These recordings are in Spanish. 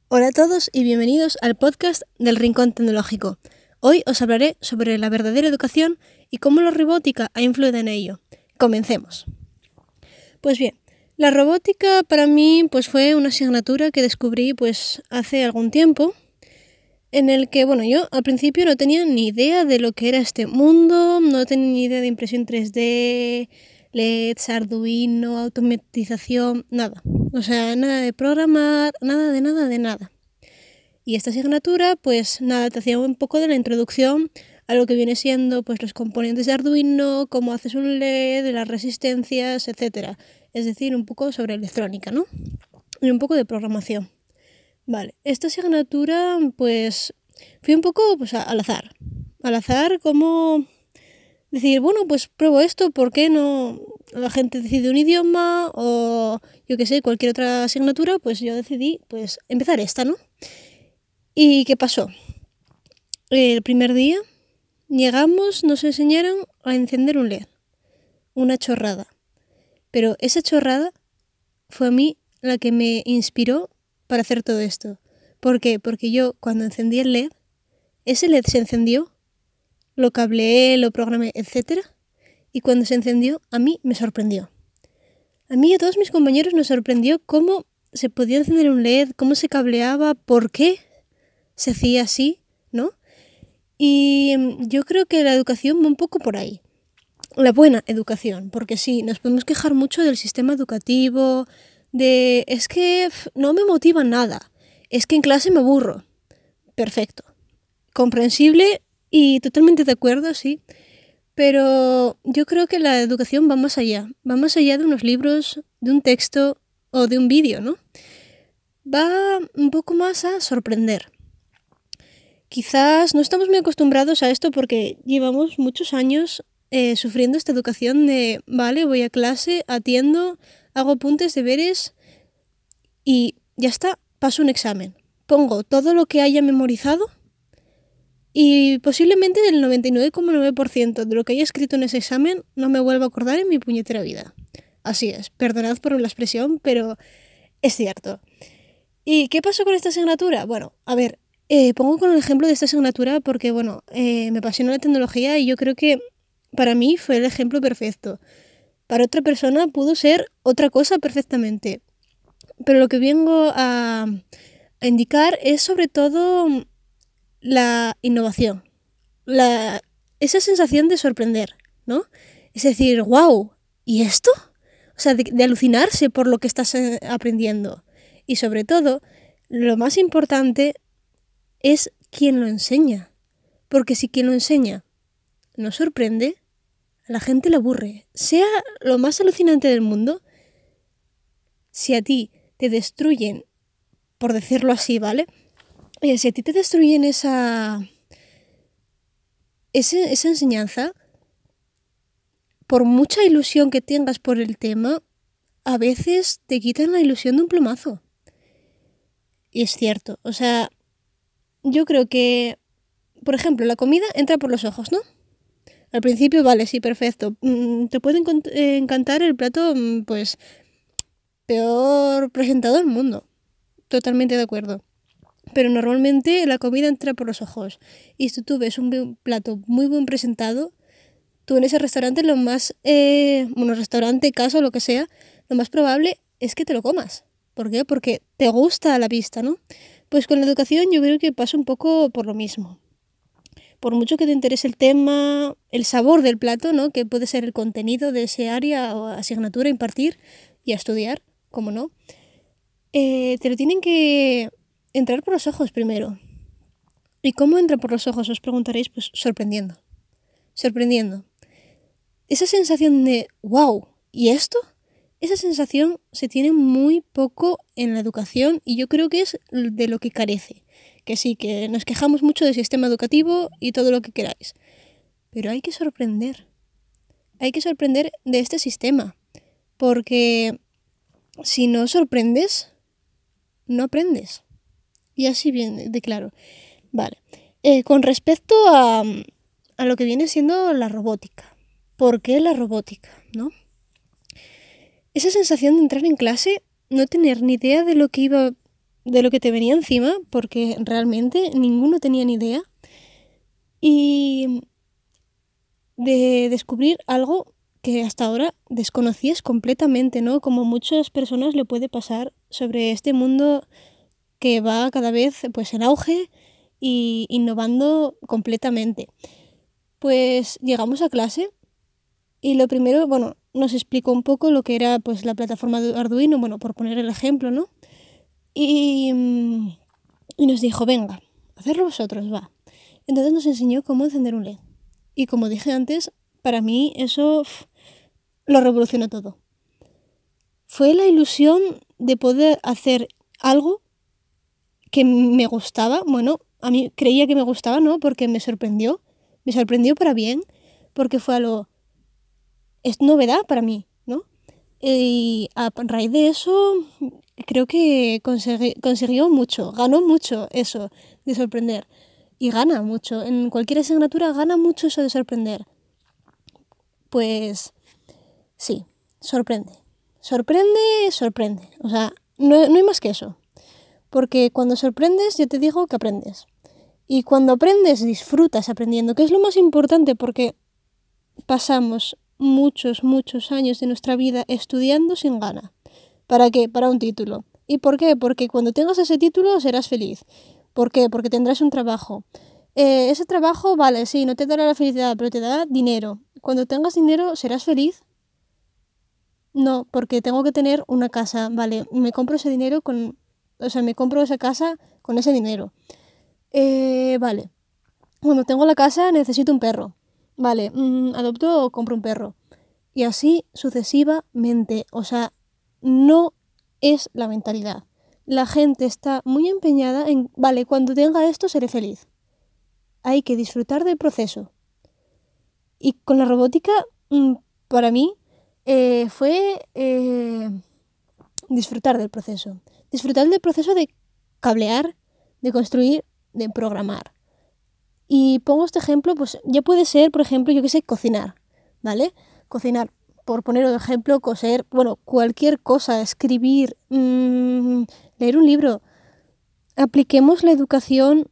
Hola a todos y bienvenidos al podcast del Rincón Tecnológico. Hoy os hablaré sobre la verdadera educación y cómo la robótica ha influido en ello. Comencemos. Pues bien, la robótica para mí fue una asignatura que descubrí hace algún tiempo, en el que yo al principio no tenía ni idea de lo que era este mundo, no tenía ni idea de impresión 3D, LEDs, Arduino, automatización, nada. O sea, nada de programar, nada de nada. Y esta asignatura, te hacía un poco de la introducción a lo que viene siendo los componentes de Arduino, cómo haces un LED, las resistencias, etcétera. Es decir, un poco sobre electrónica, ¿no? Y un poco de programación. Vale, esta asignatura, fui un poco al azar. Al azar, como decir, pruebo esto, ¿por qué no la gente decide un idioma? O yo qué sé, cualquier otra asignatura, yo decidí empezar esta, ¿no? ¿Y qué pasó? El primer día llegamos, nos enseñaron a encender un LED. Una chorrada. Pero esa chorrada fue a mí la que me inspiró para hacer todo esto. ¿Por qué? Porque yo cuando encendí el LED, ese LED se encendió, lo cableé, lo programé, etc. Y cuando se encendió, a mí me sorprendió. A mí y a todos mis compañeros nos sorprendió cómo se podía encender un LED, cómo se cableaba, por qué se hacía así, ¿no? Y yo creo que la educación va un poco por ahí. La buena educación, porque sí, nos podemos quejar mucho del sistema educativo, es que no me motiva nada, es que en clase me aburro. Perfecto, comprensible y totalmente de acuerdo, sí. Pero yo creo que la educación va más allá de unos libros, de un texto o de un vídeo, ¿no? Va un poco más a sorprender. Quizás no estamos muy acostumbrados a esto porque llevamos muchos años sufriendo esta educación de, vale, voy a clase, atiendo, hago apuntes, deberes y ya está, paso un examen. Pongo todo lo que haya memorizado y posiblemente el 99,9% de lo que haya escrito en ese examen no me vuelva a acordar en mi puñetera vida. Así es, perdonad por la expresión, pero es cierto. ¿Y qué pasó con esta asignatura? Bueno, a ver, pongo con el ejemplo de esta asignatura porque, me apasiona la tecnología y yo creo que para mí fue el ejemplo perfecto. Para otra persona pudo ser otra cosa perfectamente. Pero lo que vengo a indicar es sobre todo la innovación. Esa sensación de sorprender, ¿no? Es decir, wow, ¿y esto? O sea, de alucinarse por lo que estás aprendiendo. Y sobre todo, lo más importante es quien lo enseña. Porque si quien lo enseña no sorprende, a la gente le aburre. Sea lo más alucinante del mundo, si a ti te destruyen, por decirlo así, ¿vale? Si a ti te destruyen esa enseñanza, por mucha ilusión que tengas por el tema, a veces te quitan la ilusión de un plumazo. Y es cierto, o sea, yo creo que, por ejemplo, la comida entra por los ojos, ¿no? Al principio, vale, sí, perfecto. Te puede encantar el plato, peor presentado del mundo. Totalmente de acuerdo. Pero normalmente la comida entra por los ojos. Y si tú ves un plato muy bien presentado, tú en ese restaurante restaurante, casa o lo que sea, lo más probable es que te lo comas. ¿Por qué? Porque te gusta a la vista, ¿no? Pues con la educación yo creo que pasa un poco por lo mismo. Por mucho que te interese el tema, el sabor del plato, ¿no? Que puede ser el contenido de ese área o asignatura a impartir y a estudiar, como no, te lo tienen que entrar por los ojos primero. ¿Y cómo entra por los ojos? Os preguntaréis, pues sorprendiendo. Sorprendiendo. Esa sensación de wow, ¿y esto? Esa sensación se tiene muy poco en la educación y yo creo que es de lo que carece. Que sí, que nos quejamos mucho del sistema educativo y todo lo que queráis. Pero hay que sorprender. Hay que sorprender de este sistema. Porque si no sorprendes, no aprendes. Y así bien de claro. Vale. Con respecto a lo que viene siendo la robótica. ¿Por qué la robótica? ¿No? Esa sensación de entrar en clase, no tener ni idea de lo que iba de lo que te venía encima, porque realmente ninguno tenía ni idea, y de descubrir algo que hasta ahora desconocías completamente, ¿no? Como muchas personas le puede pasar sobre este mundo que va cada vez pues en auge y innovando completamente. Pues llegamos a clase y lo primero, bueno, nos explicó un poco lo que era pues la plataforma de Arduino, bueno, por poner el ejemplo, ¿no? Y, y nos dijo, venga, hacerlo vosotros, va. Entonces nos enseñó cómo encender un LED. Y como dije antes, para mí eso lo revolucionó todo. Fue la ilusión de poder hacer algo que me gustaba. Bueno, a mí creía que me gustaba, ¿no? Porque me sorprendió para bien, porque fue algo, es novedad para mí, ¿no? Y a raíz de eso, creo que consiguió mucho, ganó mucho eso de sorprender. Y gana mucho, en cualquier asignatura gana mucho eso de sorprender. Pues sí, sorprende. Sorprende. O sea, no hay más que eso. Porque cuando sorprendes, yo te digo que aprendes. Y cuando aprendes, disfrutas aprendiendo, que es lo más importante porque pasamos muchos años de nuestra vida estudiando sin gana. ¿Para qué? Para un título. ¿Y por qué? Porque cuando tengas ese título serás feliz. ¿Por qué? Porque tendrás un trabajo. Ese trabajo, vale, sí, no te dará la felicidad, pero te dará dinero. Cuando tengas dinero, ¿serás feliz? No, porque tengo que tener una casa, vale, me compro ese dinero me compro esa casa con ese dinero. Vale, cuando tengo la casa necesito un perro. Vale, adopto o compro un perro. Y así sucesivamente. O sea, no es la mentalidad. La gente está muy empeñada en, vale, cuando tenga esto seré feliz. Hay que disfrutar del proceso. Y con la robótica, para mí, fue disfrutar del proceso. Disfrutar del proceso de cablear, de construir, de programar. Y pongo este ejemplo, pues ya puede ser, por ejemplo, yo qué sé, cocinar, ¿vale? Cocinar, por poner un ejemplo, coser, bueno, cualquier cosa, escribir, leer un libro. Apliquemos la educación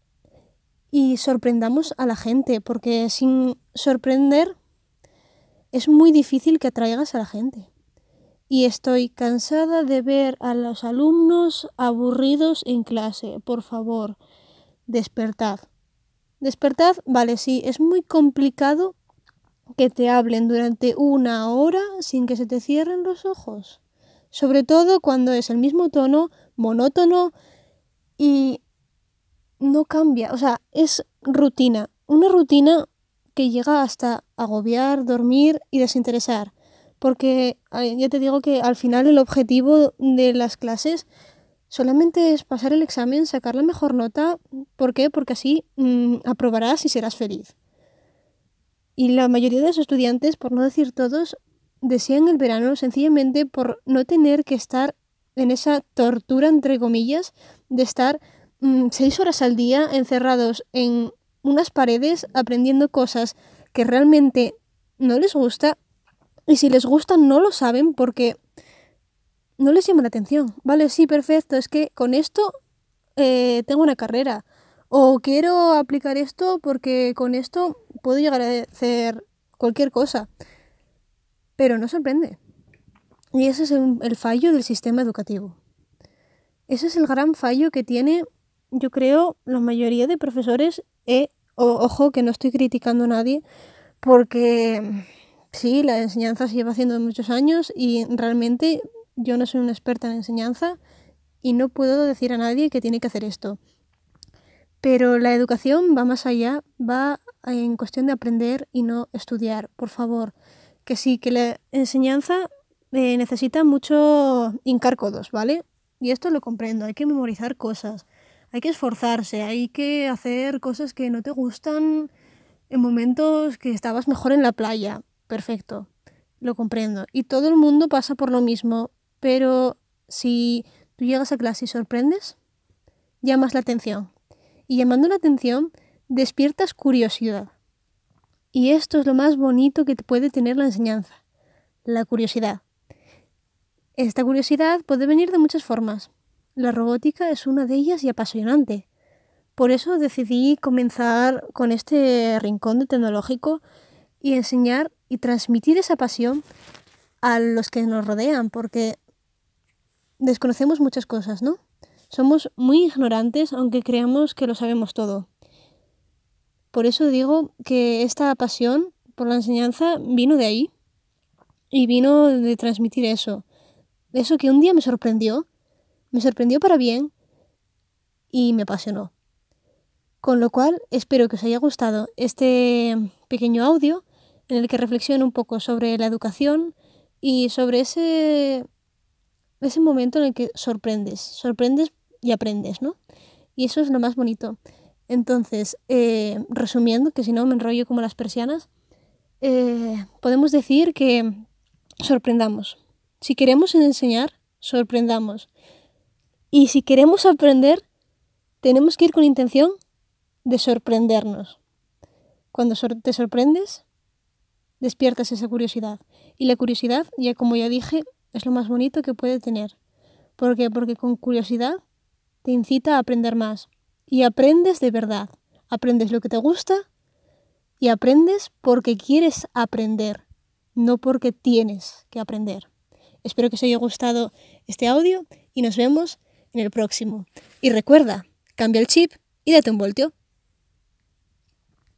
y sorprendamos a la gente, porque sin sorprender es muy difícil que atraigas a la gente. Y estoy cansada de ver a los alumnos aburridos en clase. Por favor, despertad. Despertad, vale, sí, es muy complicado que te hablen durante 1 hora sin que se te cierren los ojos. Sobre todo cuando es el mismo tono, monótono y no cambia. O sea, es rutina. Una rutina que llega hasta agobiar, dormir y desinteresar. Porque ya te digo que al final el objetivo de las clases solamente es pasar el examen, sacar la mejor nota. ¿Por qué? Porque así aprobarás y serás feliz. Y la mayoría de los estudiantes, por no decir todos, desean el verano sencillamente por no tener que estar en esa tortura, entre comillas, de estar 6 horas al día encerrados en unas paredes aprendiendo cosas que realmente no les gusta. Y si les gusta no lo saben porque no les llama la atención. Vale, sí, perfecto, es que con esto tengo una carrera. O quiero aplicar esto porque con esto puedo llegar a hacer cualquier cosa. Pero no sorprende. Y ese es el fallo del sistema educativo. Ese es el gran fallo que tiene, yo creo, la mayoría de profesores. Ojo, que no estoy criticando a nadie, porque sí, la enseñanza se lleva haciendo muchos años y realmente yo no soy una experta en enseñanza y no puedo decir a nadie que tiene que hacer esto. Pero la educación va más allá, va en cuestión de aprender y no estudiar, por favor. Que sí, que la enseñanza necesita mucho hincar codos, ¿vale? Y esto lo comprendo, hay que memorizar cosas, hay que esforzarse, hay que hacer cosas que no te gustan en momentos que estabas mejor en la playa. Perfecto, lo comprendo. Y todo el mundo pasa por lo mismo, pero si tú llegas a clase y sorprendes, llamas la atención. Y llamando la atención, despiertas curiosidad. Y esto es lo más bonito que te puede tener la enseñanza, la curiosidad. Esta curiosidad puede venir de muchas formas. La robótica es una de ellas y apasionante. Por eso decidí comenzar con este rincón de tecnológico y enseñar y transmitir esa pasión a los que nos rodean, porque desconocemos muchas cosas, ¿no? Somos muy ignorantes, aunque creamos que lo sabemos todo. Por eso digo que esta pasión por la enseñanza vino de ahí y vino de transmitir eso. Eso que un día me sorprendió para bien y me apasionó. Con lo cual, espero que os haya gustado este pequeño audio en el que reflexiono un poco sobre la educación y sobre ese momento en el que sorprendes y aprendes, ¿no? Y eso es lo más bonito. Entonces, resumiendo, que si no me enrollo como las persianas, podemos decir que sorprendamos. Si queremos enseñar, sorprendamos. Y si queremos aprender, tenemos que ir con intención de sorprendernos. Cuando te sorprendes, despiertas esa curiosidad. Y la curiosidad, como ya dije, es lo más bonito que puede tener. ¿Por qué? Porque con curiosidad te incita a aprender más. Y aprendes de verdad. Aprendes lo que te gusta y aprendes porque quieres aprender, no porque tienes que aprender. Espero que os haya gustado este audio y nos vemos en el próximo. Y recuerda, cambia el chip y date un voltio.